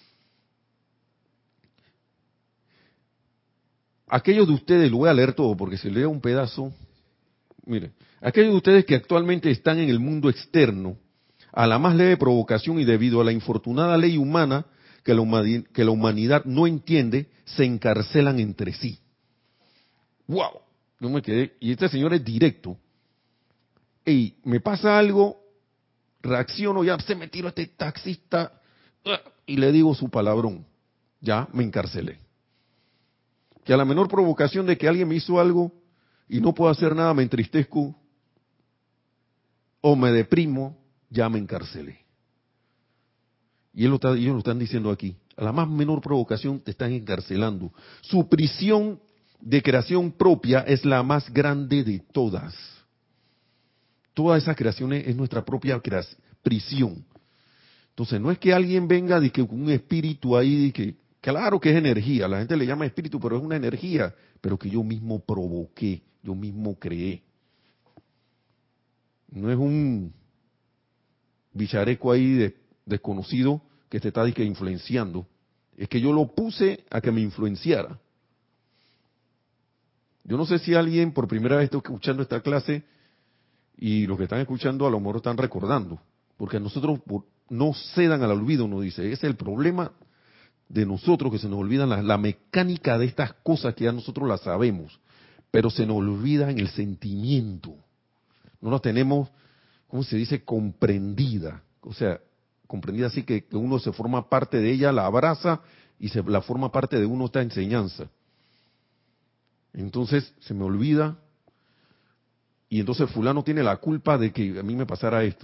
Aquellos de ustedes, lo voy a leer todo porque si leo un pedazo, miren, aquellos de ustedes que actualmente están en el mundo externo, a la más leve provocación y debido a la infortunada ley humana que la, humanidad, que la humanidad no entiende, se encarcelan entre sí. ¡Wow! Yo me quedé, y este señor es directo. Ey, me pasa algo, reacciono, ya se me tiró este taxista, y le digo su palabrón. Ya me encarcelé. Que a la menor provocación de que alguien me hizo algo y no puedo hacer nada, me entristezco o me deprimo, ya me encarcelé. Y ellos lo, ellos lo están diciendo aquí. A la más menor provocación te están encarcelando. Su prisión de creación propia es la más grande de todas. Todas esas creaciones es nuestra propia prisión. Entonces no es que alguien venga de que un espíritu ahí, de que, claro que es energía, la gente le llama espíritu, pero es una energía, pero que yo mismo provoqué, yo mismo creé. No es un bichareco ahí de, desconocido que te está de que influenciando, es que yo lo puse a que me influenciara. Yo no sé si alguien por primera vez está escuchando esta clase y los que están escuchando a lo mejor están recordando, porque nosotros no cedan al olvido, nos dice, ese es el problema de nosotros, que se nos olvidan la, la mecánica de estas cosas que ya nosotros las sabemos, pero se nos olvida en el sentimiento. No las tenemos, ¿cómo se dice? Comprendida. O sea, comprendida así que, que uno se forma parte de ella, la abraza y se la forma parte de uno esta enseñanza. Entonces se me olvida y entonces fulano tiene la culpa de que a mí me pasara esto.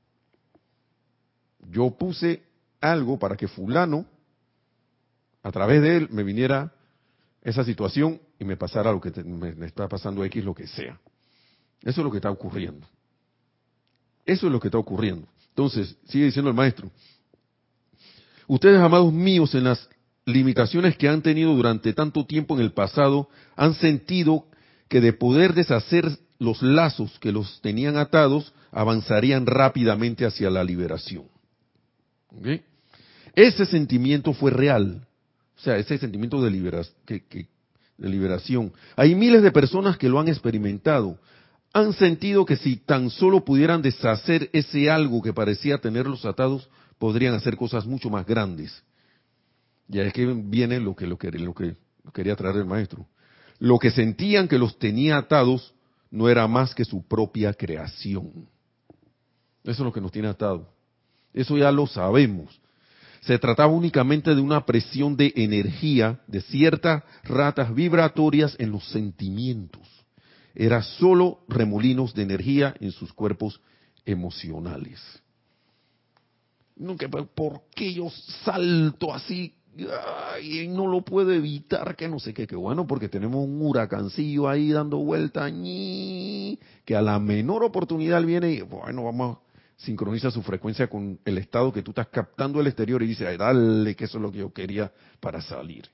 Yo puse algo para que fulano, a través de él, me viniera esa situación y me pasara lo que te, me, me está pasando X, lo que sea. Eso es lo que está ocurriendo. Eso es lo que está ocurriendo. Entonces, sigue diciendo el maestro, ustedes, amados míos, en las limitaciones que han tenido durante tanto tiempo en el pasado, han sentido que de poder deshacer los lazos que los tenían atados, avanzarían rápidamente hacia la liberación. ¿Okay? Ese sentimiento fue real. O sea, ese sentimiento de, libera, que, que, de liberación. Hay miles de personas que lo han experimentado. Han sentido que si tan solo pudieran deshacer ese algo que parecía tenerlos atados, podrían hacer cosas mucho más grandes. Ya es que viene lo que, lo que, lo que quería traer el maestro. Lo que sentían que los tenía atados no era más que su propia creación. Eso es lo que nos tiene atados. Eso ya lo sabemos. Se trataba únicamente de una presión de energía de ciertas ratas vibratorias en los sentimientos. Era solo remolinos de energía en sus cuerpos emocionales. Nunca, ¿por qué yo salto así? Ay, no lo puedo evitar, que no sé qué, que bueno, porque tenemos un huracancillo ahí dando vuelta, ñi, que a la menor oportunidad viene y, bueno, vamos a sincronizar su frecuencia con el estado que tú estás captando del exterior y dice, ay, dale, que eso es lo que yo quería para salir.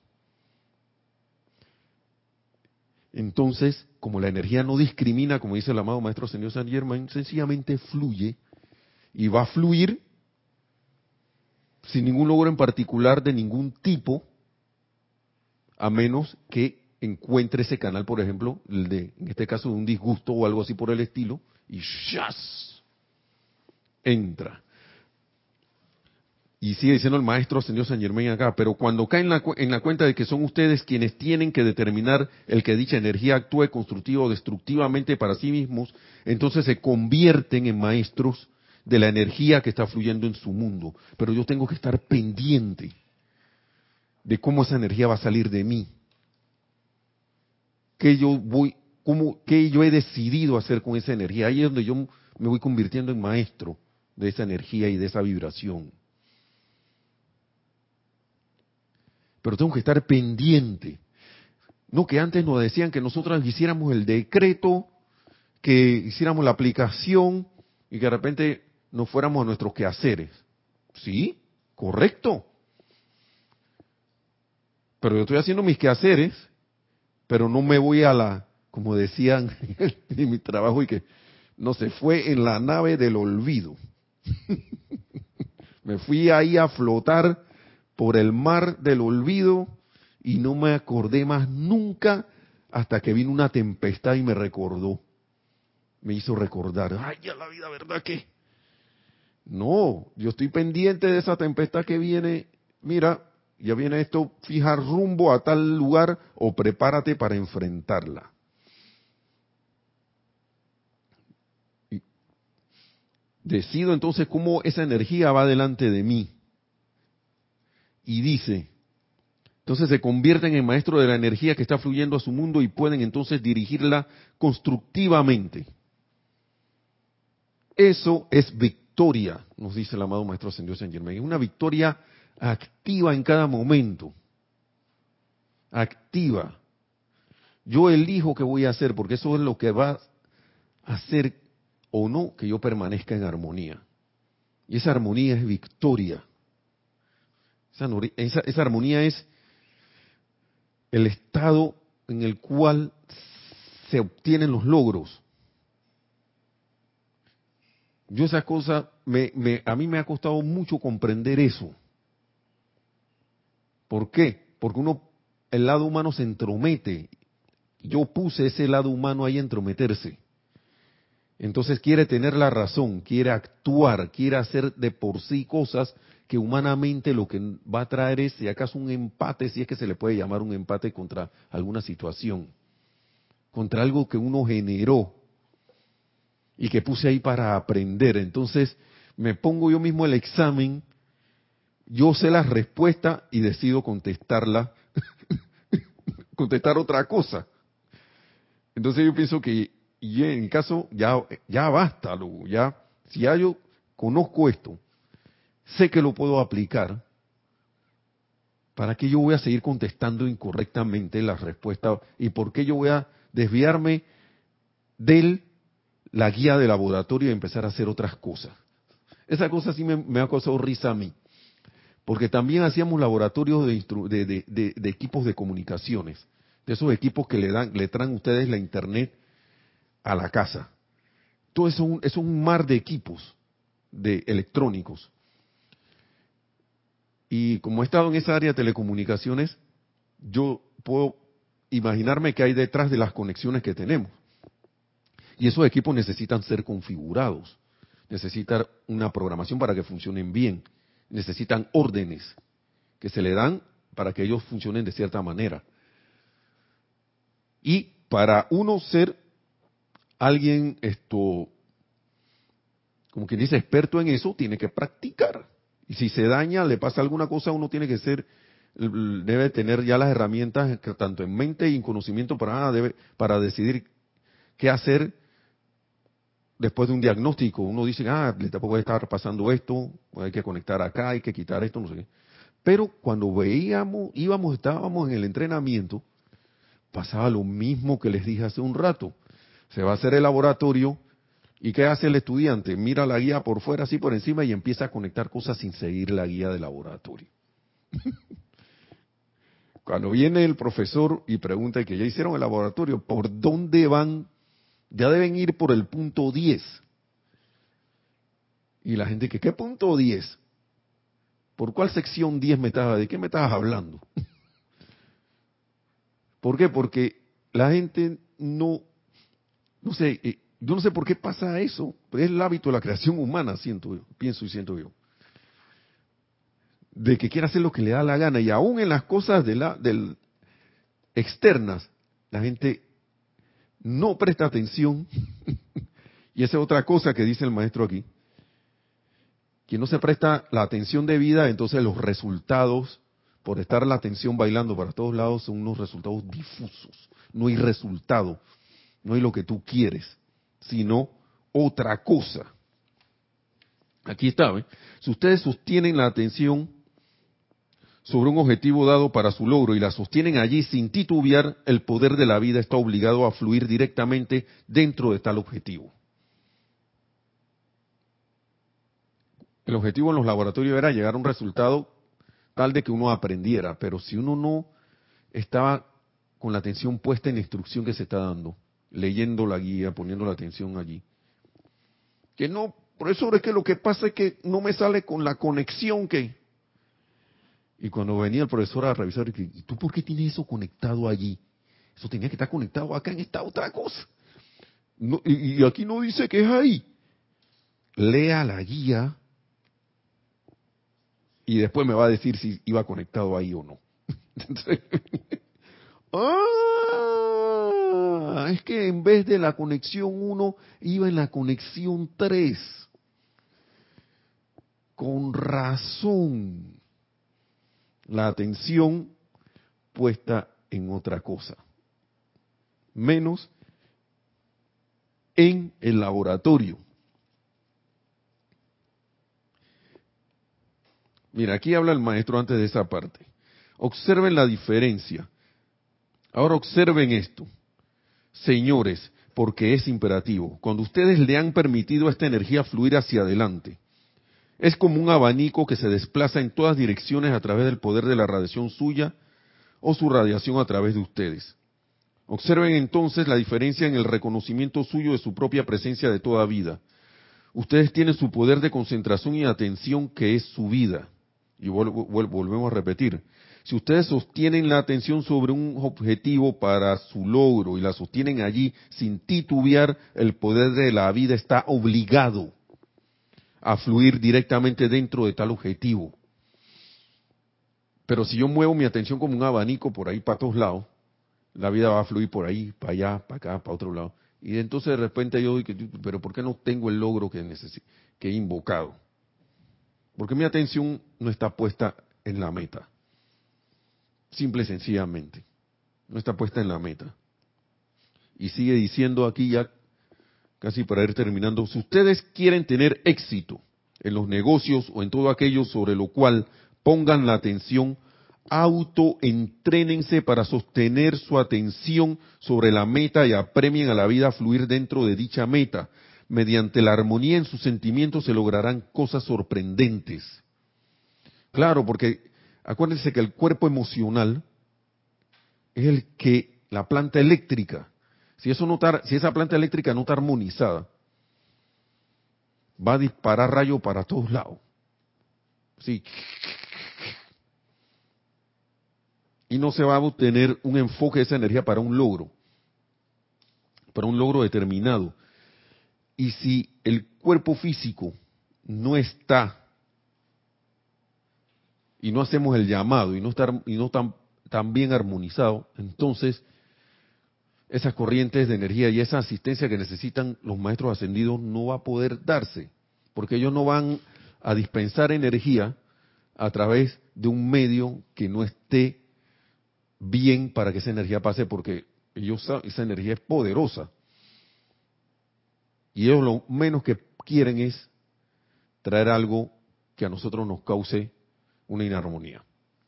Entonces, como la energía no discrimina, como dice el amado Maestro Señor Saint Germain, sencillamente fluye y va a fluir sin ningún logro en particular de ningún tipo, a menos que encuentre ese canal, por ejemplo, el de, en este caso, de un disgusto o algo así por el estilo, y ¡shas! Entra. Y sigue diciendo el maestro señor Saint Germain acá, pero cuando caen en la, en la cuenta de que son ustedes quienes tienen que determinar el que dicha energía actúe constructiva o destructivamente para sí mismos, entonces se convierten en maestros de la energía que está fluyendo en su mundo. Pero yo tengo que estar pendiente de cómo esa energía va a salir de mí. ¿Qué yo voy, cómo, qué yo he decidido hacer con esa energía? Ahí es donde yo me voy convirtiendo en maestro de esa energía y de esa vibración. Pero tengo que estar pendiente. No, que antes nos decían que nosotros hiciéramos el decreto, que hiciéramos la aplicación y que de repente nos fuéramos a nuestros quehaceres. Sí, correcto. Pero yo estoy haciendo mis quehaceres, pero no me voy a la, como decían en mi trabajo, y que no se fue en la nave del olvido. Me fui ahí a flotar por el mar del olvido y no me acordé más nunca hasta que vino una tempestad y me recordó. Me hizo recordar, ay, ya la vida, ¿verdad que? No, yo estoy pendiente de esa tempestad que viene. Mira, ya viene esto, fija rumbo a tal lugar o prepárate para enfrentarla. Y decido entonces cómo esa energía va delante de mí. Y dice, entonces se convierten en maestros de la energía que está fluyendo a su mundo y pueden entonces dirigirla constructivamente. Eso es victoria, nos dice el amado Maestro Ascendido Saint Germain. Es una victoria activa en cada momento. Activa. Yo elijo qué voy a hacer, porque eso es lo que va a hacer o no que yo permanezca en armonía. Y esa armonía es victoria. Esa, esa, esa armonía es el estado en el cual se obtienen los logros. Yo esa cosa, me, me, a mí me ha costado mucho comprender eso. ¿Por qué? Porque uno, el lado humano se entromete. Yo puse ese lado humano ahí a entrometerse. Entonces quiere tener la razón, quiere actuar, quiere hacer de por sí cosas que humanamente lo que va a traer es, si acaso, un empate, si es que se le puede llamar un empate contra alguna situación, contra algo que uno generó y que puse ahí para aprender. Entonces me pongo yo mismo el examen, yo sé la respuesta y decido contestarla, contestar otra cosa. Entonces yo pienso que, y en caso, ya, ya basta, luego, ya, si ya yo conozco esto, sé que lo puedo aplicar, ¿para qué yo voy a seguir contestando incorrectamente las respuestas? ¿Y por qué yo voy a desviarme de la guía de laboratorio y empezar a hacer otras cosas? Esa cosa sí me, me ha causado risa a mí, porque también hacíamos laboratorios de, instru de, de, de, de equipos de comunicaciones, de esos equipos que le dan, le traen ustedes la internet a la casa. Todo eso es un, es un mar de equipos de electrónicos. Y como he estado en esa área de telecomunicaciones, yo puedo imaginarme qué hay detrás de las conexiones que tenemos. Y esos equipos necesitan ser configurados, necesitan una programación para que funcionen bien, necesitan órdenes que se le dan para que ellos funcionen de cierta manera. Y para uno ser alguien, esto, como quien dice, experto en eso, tiene que practicar. Y si se daña, le pasa alguna cosa, uno tiene que ser, debe tener ya las herramientas, tanto en mente y en conocimiento, para, debe, para decidir qué hacer después de un diagnóstico. Uno dice, ah, le puede estar pasando esto, hay que conectar acá, hay que quitar esto, no sé qué. Pero cuando veíamos, íbamos, estábamos en el entrenamiento, pasaba lo mismo que les dije hace un rato. Se va a hacer el laboratorio, ¿y qué hace el estudiante? Mira la guía por fuera, así por encima, y empieza a conectar cosas sin seguir la guía del laboratorio. Cuando viene el profesor y pregunta que ya hicieron el laboratorio, ¿por dónde van? Ya deben ir por el punto diez. Y la gente que, ¿qué punto diez? ¿Por cuál sección diez me estabas? ¿De qué me estabas hablando? ¿Por qué? Porque la gente no, no sé, eh, yo no sé por qué pasa eso, pero es el hábito de la creación humana, siento yo, pienso y siento yo. De que quiere hacer lo que le da la gana, y aún en las cosas de la, del, externas, la gente no presta atención. Y esa es otra cosa que dice el maestro aquí. Quien no se presta la atención debida, entonces los resultados, por estar la atención bailando para todos lados, son unos resultados difusos. No hay resultado, no hay lo que tú quieres, sino otra cosa. Aquí está, ¿eh? Si ustedes sostienen la atención sobre un objetivo dado para su logro y la sostienen allí sin titubear, el poder de la vida está obligado a fluir directamente dentro de tal objetivo. El objetivo en los laboratorios era llegar a un resultado tal de que uno aprendiera, pero si uno no estaba con la atención puesta en la instrucción que se está dando, leyendo la guía, poniendo la atención allí, que no, profesor, es que lo que pasa es que no me sale con la conexión que... Y cuando venía el profesor a revisar, ¿y tú por qué tienes eso conectado allí? Eso tenía que estar conectado acá en esta otra cosa. No, y, y aquí no dice que es ahí. Lea la guía y después me va a decir si iba conectado ahí o no. Entonces, ah, es que en vez de la conexión uno, iba en la conexión tres. Con razón. La atención puesta en otra cosa. Menos en el laboratorio. Mira, aquí habla el maestro antes de esa parte. Observen la diferencia. Ahora observen esto. Señores, porque es imperativo. Cuando ustedes le han permitido a esta energía fluir hacia adelante, es como un abanico que se desplaza en todas direcciones a través del poder de la radiación suya o su radiación a través de ustedes. Observen entonces la diferencia en el reconocimiento suyo de su propia presencia de toda vida. Ustedes tienen su poder de concentración y atención que es su vida. Y volvemos a repetir, si ustedes sostienen la atención sobre un objetivo para su logro y la sostienen allí sin titubear, el poder de la vida está obligado a fluir directamente dentro de tal objetivo. Pero si yo muevo mi atención como un abanico por ahí para todos lados, la vida va a fluir por ahí, para allá, para acá, para otro lado. Y entonces de repente yo digo, pero ¿por qué no tengo el logro que necesito, que he invocado? Porque mi atención no está puesta en la meta. Simple y sencillamente. No está puesta en la meta. Y sigue diciendo aquí ya, casi para ir terminando, si ustedes quieren tener éxito en los negocios o en todo aquello sobre lo cual pongan la atención, autoentrénense para sostener su atención sobre la meta y apremien a la vida a fluir dentro de dicha meta. Mediante la armonía en sus sentimientos se lograrán cosas sorprendentes. Claro, porque acuérdense que el cuerpo emocional es el que, la planta eléctrica, si, eso no está, si esa planta eléctrica no está armonizada, va a disparar rayos para todos lados. Sí. Y no se va a obtener un enfoque de esa energía para un logro, para un logro determinado. Y si el cuerpo físico no está, y no hacemos el llamado, y no está, y no está tan bien armonizado, entonces esas corrientes de energía y esa asistencia que necesitan los maestros ascendidos no va a poder darse, porque ellos no van a dispensar energía a través de un medio que no esté bien para que esa energía pase, porque ellos saben, esa energía es poderosa. Y ellos lo menos que quieren es traer algo que a nosotros nos cause una inarmonía.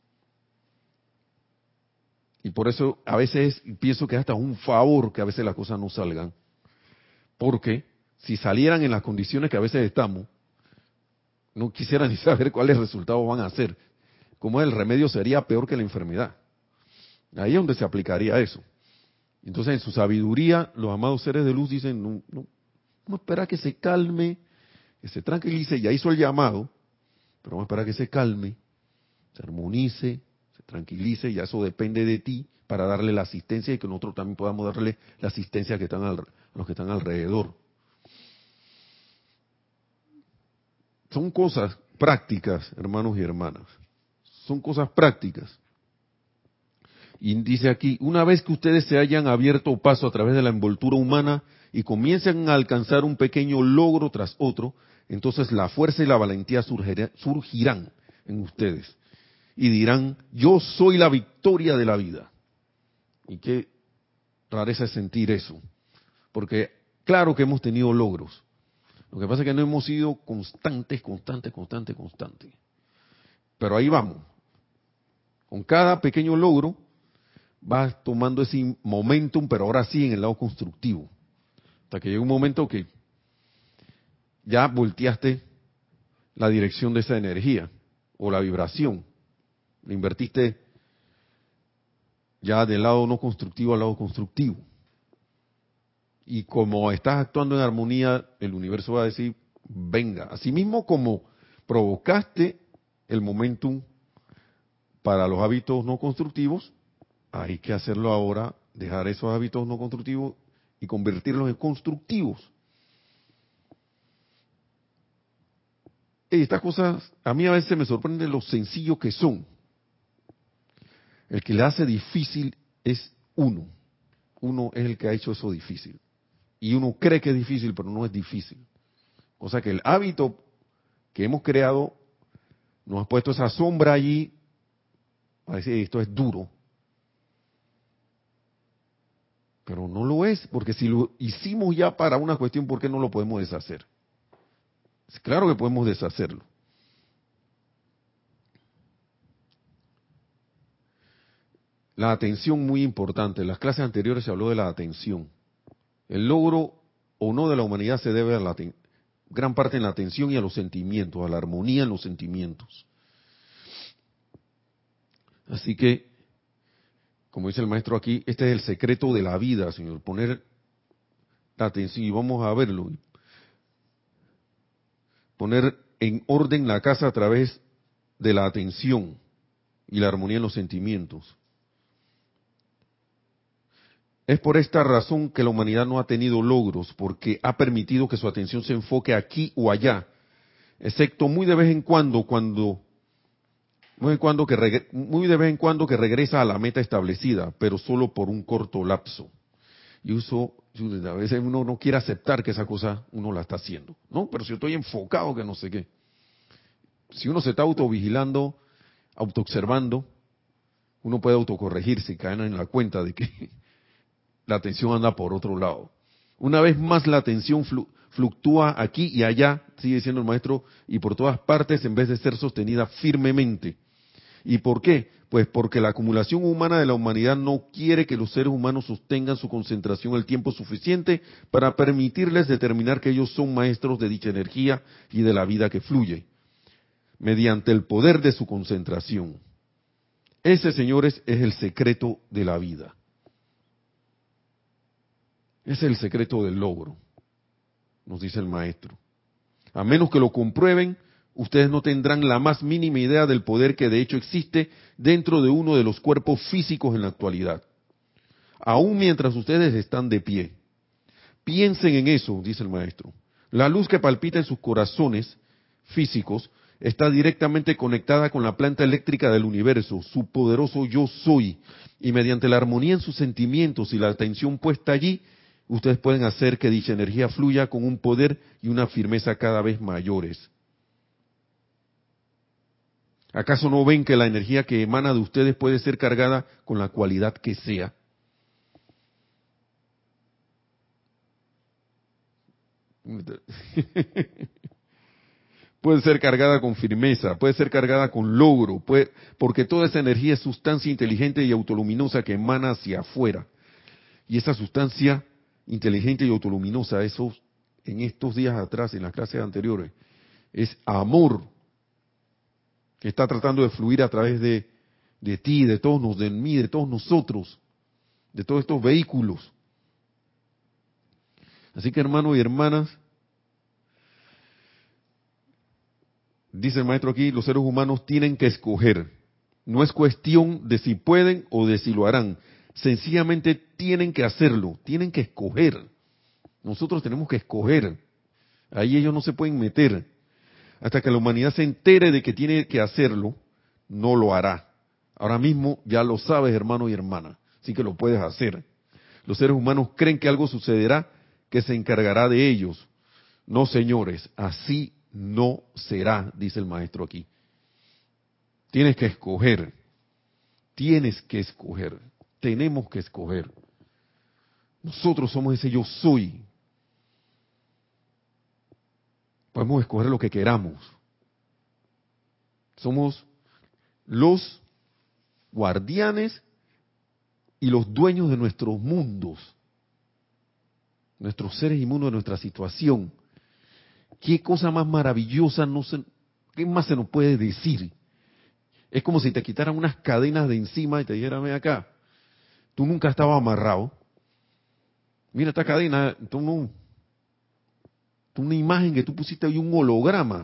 Y por eso a veces pienso que es hasta un favor que a veces las cosas no salgan. Porque si salieran en las condiciones que a veces estamos, no quisiera ni saber cuáles resultados van a ser. Como el remedio sería peor que la enfermedad. Ahí es donde se aplicaría eso. Entonces, en su sabiduría, los amados seres de luz dicen, no, no, vamos a esperar que se calme, que se tranquilice. Ya hizo el llamado, pero vamos a esperar que se calme, se armonice, se tranquilice, ya eso depende de ti para darle la asistencia y que nosotros también podamos darle la asistencia que están al, a los que están alrededor. Son cosas prácticas, hermanos y hermanas. Son cosas prácticas. Y dice aquí, una vez que ustedes se hayan abierto paso a través de la envoltura humana y comiencen a alcanzar un pequeño logro tras otro, entonces la fuerza y la valentía surgirá, surgirán en ustedes. Y dirán, yo soy la victoria de la vida. Y qué rareza es sentir eso. Porque claro que hemos tenido logros. Lo que pasa es que no hemos sido constantes, constantes, constantes, constantes. Pero ahí vamos. Con cada pequeño logro vas tomando ese momentum, pero ahora sí en el lado constructivo. Hasta que llega un momento que ya volteaste la dirección de esa energía o la vibración. La invertiste ya del lado no constructivo al lado constructivo. Y como estás actuando en armonía, el universo va a decir, venga. Asimismo como provocaste el momentum para los hábitos no constructivos, hay que hacerlo ahora, dejar esos hábitos no constructivos y convertirlos en constructivos. Y estas cosas, a mí a veces me sorprende lo sencillo que son. El que le hace difícil es uno. Uno es el que ha hecho eso difícil. Y uno cree que es difícil, pero no es difícil. O sea que el hábito que hemos creado nos ha puesto esa sombra allí, a decir, esto es duro. Pero no lo es, porque si lo hicimos ya para una cuestión, ¿por qué no lo podemos deshacer? Claro que podemos deshacerlo. La atención, muy importante. En las clases anteriores se habló de la atención. El logro o no de la humanidad se debe a la gran parte en la atención y a los sentimientos, a la armonía en los sentimientos. Así que, como dice el maestro aquí, este es el secreto de la vida, Señor, poner la atención, y vamos a verlo, poner en orden la casa a través de la atención y la armonía en los sentimientos. Es por esta razón que la humanidad no ha tenido logros, porque ha permitido que su atención se enfoque aquí o allá, excepto muy de vez en cuando, cuando muy, en cuando que regre, muy de vez en cuando que regresa a la meta establecida, pero solo por un corto lapso. Y eso, a veces uno no quiere aceptar que esa cosa uno la está haciendo. No, pero si yo estoy enfocado que no sé qué. Si uno se está autovigilando, autoobservando, uno puede autocorregirse y caer en la cuenta de que la atención anda por otro lado. Una vez más la atención flu, fluctúa aquí y allá, sigue diciendo el maestro, y por todas partes en vez de ser sostenida firmemente. ¿Y por qué? Pues porque la acumulación humana de la humanidad no quiere que los seres humanos sostengan su concentración el tiempo suficiente para permitirles determinar que ellos son maestros de dicha energía y de la vida que fluye, mediante el poder de su concentración. Ese, señores, es el secreto de la vida. Ese es el secreto del logro, nos dice el maestro. A menos que lo comprueben, ustedes no tendrán la más mínima idea del poder que de hecho existe dentro de uno de los cuerpos físicos en la actualidad. Aún mientras ustedes están de pie. Piensen en eso, dice el maestro. La luz que palpita en sus corazones físicos está directamente conectada con la planta eléctrica del universo, su poderoso yo soy. Y mediante la armonía en sus sentimientos y la atención puesta allí, ustedes pueden hacer que dicha energía fluya con un poder y una firmeza cada vez mayores. ¿Acaso no ven que la energía que emana de ustedes puede ser cargada con la cualidad que sea? Puede ser cargada con firmeza, puede ser cargada con logro, puede, porque toda esa energía es sustancia inteligente y autoluminosa que emana hacia afuera. Y esa sustancia inteligente y autoluminosa, eso en estos días atrás, en las clases anteriores, es amor que está tratando de fluir a través de, de ti, de todos nos, de mí, de todos nosotros, de todos estos vehículos. Así que hermanos y hermanas, dice el maestro aquí, los seres humanos tienen que escoger. No es cuestión de si pueden o de si lo harán. Sencillamente tienen que hacerlo, tienen que escoger. Nosotros tenemos que escoger. Ahí ellos no se pueden meter. Hasta que la humanidad se entere de que tiene que hacerlo, no lo hará. Ahora mismo ya lo sabes, hermano y hermana, así que lo puedes hacer. Los seres humanos creen que algo sucederá que se encargará de ellos. No, señores, así no será, dice el maestro aquí. Tienes que escoger. Tienes que escoger. Tenemos que escoger. Nosotros somos ese yo soy. Podemos escoger lo que queramos. Somos los guardianes y los dueños de nuestros mundos, nuestros seres inmunos, de nuestra situación. ¿Qué cosa más maravillosa, no se, qué más se nos puede decir? Es como si te quitaran unas cadenas de encima y te dijeran, ven acá, tú nunca estabas amarrado. Mira esta cadena, tú no, tú una imagen que tú pusiste ahí, un holograma.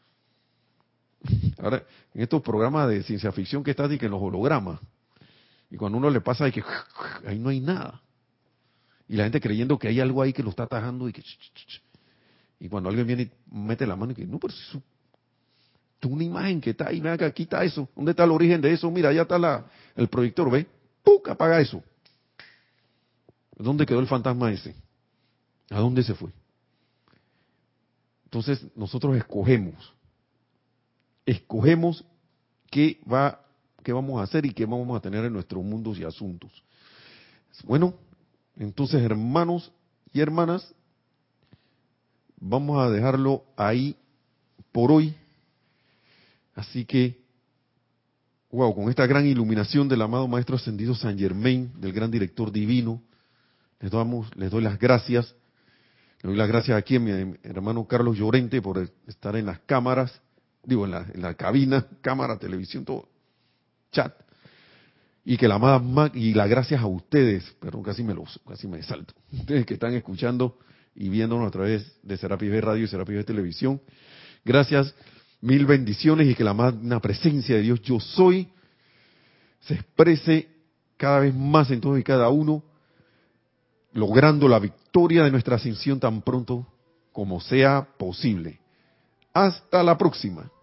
Ahora, en estos programas de ciencia ficción que estás, y que en los hologramas, y cuando uno le pasa, hay que ahí no hay nada. Y la gente creyendo que hay algo ahí que lo está atajando y que... Y cuando alguien viene y mete la mano y que, no, pero eso, tú una imagen que está ahí, ven acá, quita eso. ¿Dónde está el origen de eso? Mira, allá está la, el proyector, ¿ve? ¡Puc! Apaga eso. ¿Dónde quedó el fantasma ese? ¿A dónde se fue? Entonces, nosotros escogemos. Escogemos qué va, qué vamos a hacer y qué vamos a tener en nuestros mundos y asuntos. Bueno, entonces, hermanos y hermanas, vamos a dejarlo ahí por hoy. Así que, wow, con esta gran iluminación del amado Maestro Ascendido San Germain, del gran director divino, les, damos, les doy las gracias. Le doy las gracias aquí a mi hermano Carlos Llorente por estar en las cámaras, digo, en la, en la cabina, cámara, televisión, todo, chat. Y que la amada Mag, y las gracias a ustedes, perdón, casi me los, casi me salto, ustedes que están escuchando y viéndonos a través de Serapis B Radio y Serapis B Televisión. Gracias, mil bendiciones, y que la magna presencia de Dios Yo Soy se exprese cada vez más en todos y cada uno, logrando la victoria de nuestra ascensión tan pronto como sea posible. Hasta la próxima.